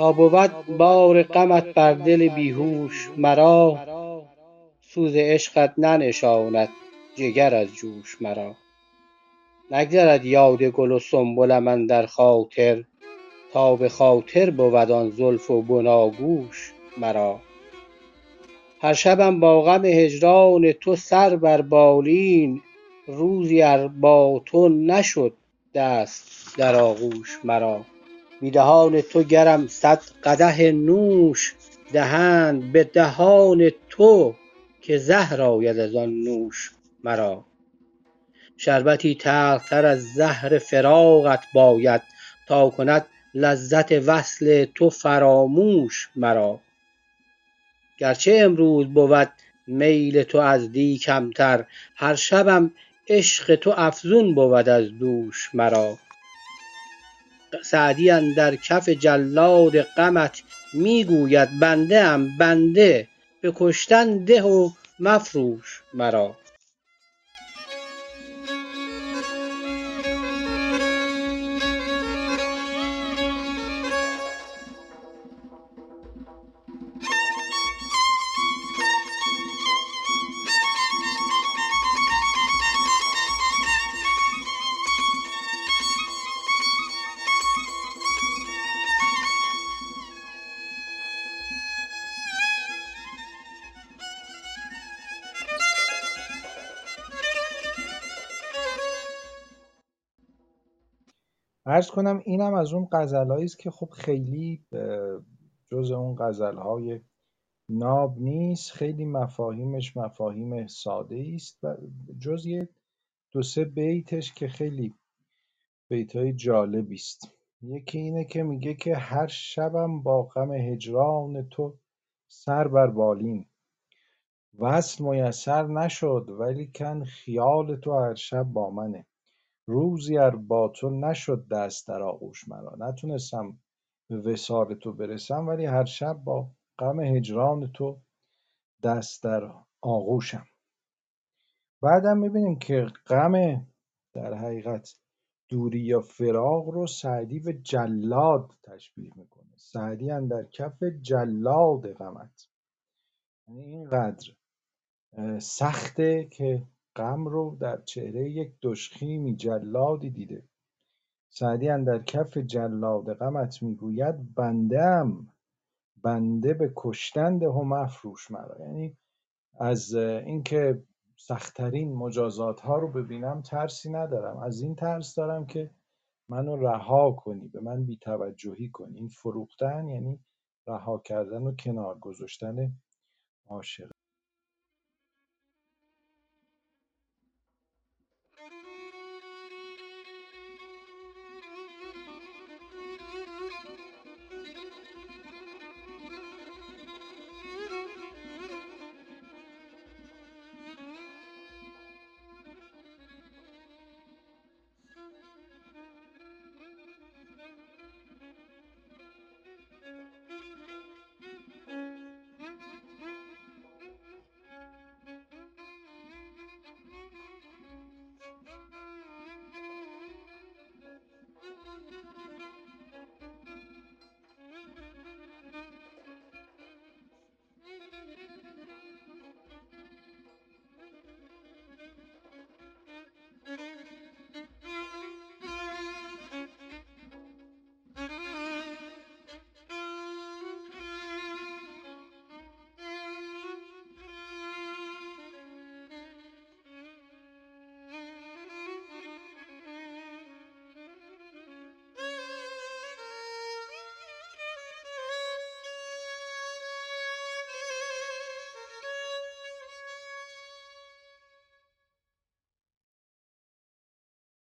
تا بود بار غمت بر دل بیهوش مرا، سوز عشقت ننشاند جگر از جوش مرا. نگذرد یاد گل و سنبلم اندر خاطر، تا به خاطر بود آن زلف و بناگوش مرا. هر شبم با غم هجران تو سر بر بالین، روزی ار با تو نشد دست در آغوش مرا. بی دهان تو گرم صد قدح نوش دهند، به دهان تو که زهر آید از آن نوش مرا. شربتی تلختر از زهر فراقت باید، تا کند لذت وصل تو فراموش مرا. گرچه امروز بود میل تو از دی کمتر، هر شبم عشق تو افزون بود از دوش مرا. سعدی اندر کف جلاد غمت می گوید بنده ام بنده، به کشتن ده و مفروش مرا. عرض کنم اینم از اون غزلایی است که خب خیلی جز اون غزلهای ناب نیست، خیلی مفاهیمش مفاهیم ساده است و جز یه دو سه بیتش که خیلی بیتای جالبی است. یکی اینه که میگه که هر شبم با غم هجران تو سر بر بالین، وصل میسر نشد ولیکن خیال تو هر شب با منه. روزی ار با تو نشد دست در آغوش مرا. نتونستم به وصال تو برسم ولی هر شب با غم هجران تو دست در آغوشم. بعدم میبینیم که غم در حقیقت دوری یا فراق رو سعدی به جلاد تشبیه میکنه. سعدی اندر کف جلاد غمت، یعنی اینقدر سخته که غم رو در چهره یک دشخیمی جلادی دیده. سعدی اندر کف جلاد غمت میگوید بنده ام بنده به کشتن ده و مفروش مرا. یعنی از اینکه سختترین مجازات ها رو ببینم ترسی ندارم، از این ترس دارم که منو رها کنی، به من بی‌توجهی کنی. این فروختن یعنی رها کردن و کنار گذاشتن عاشق.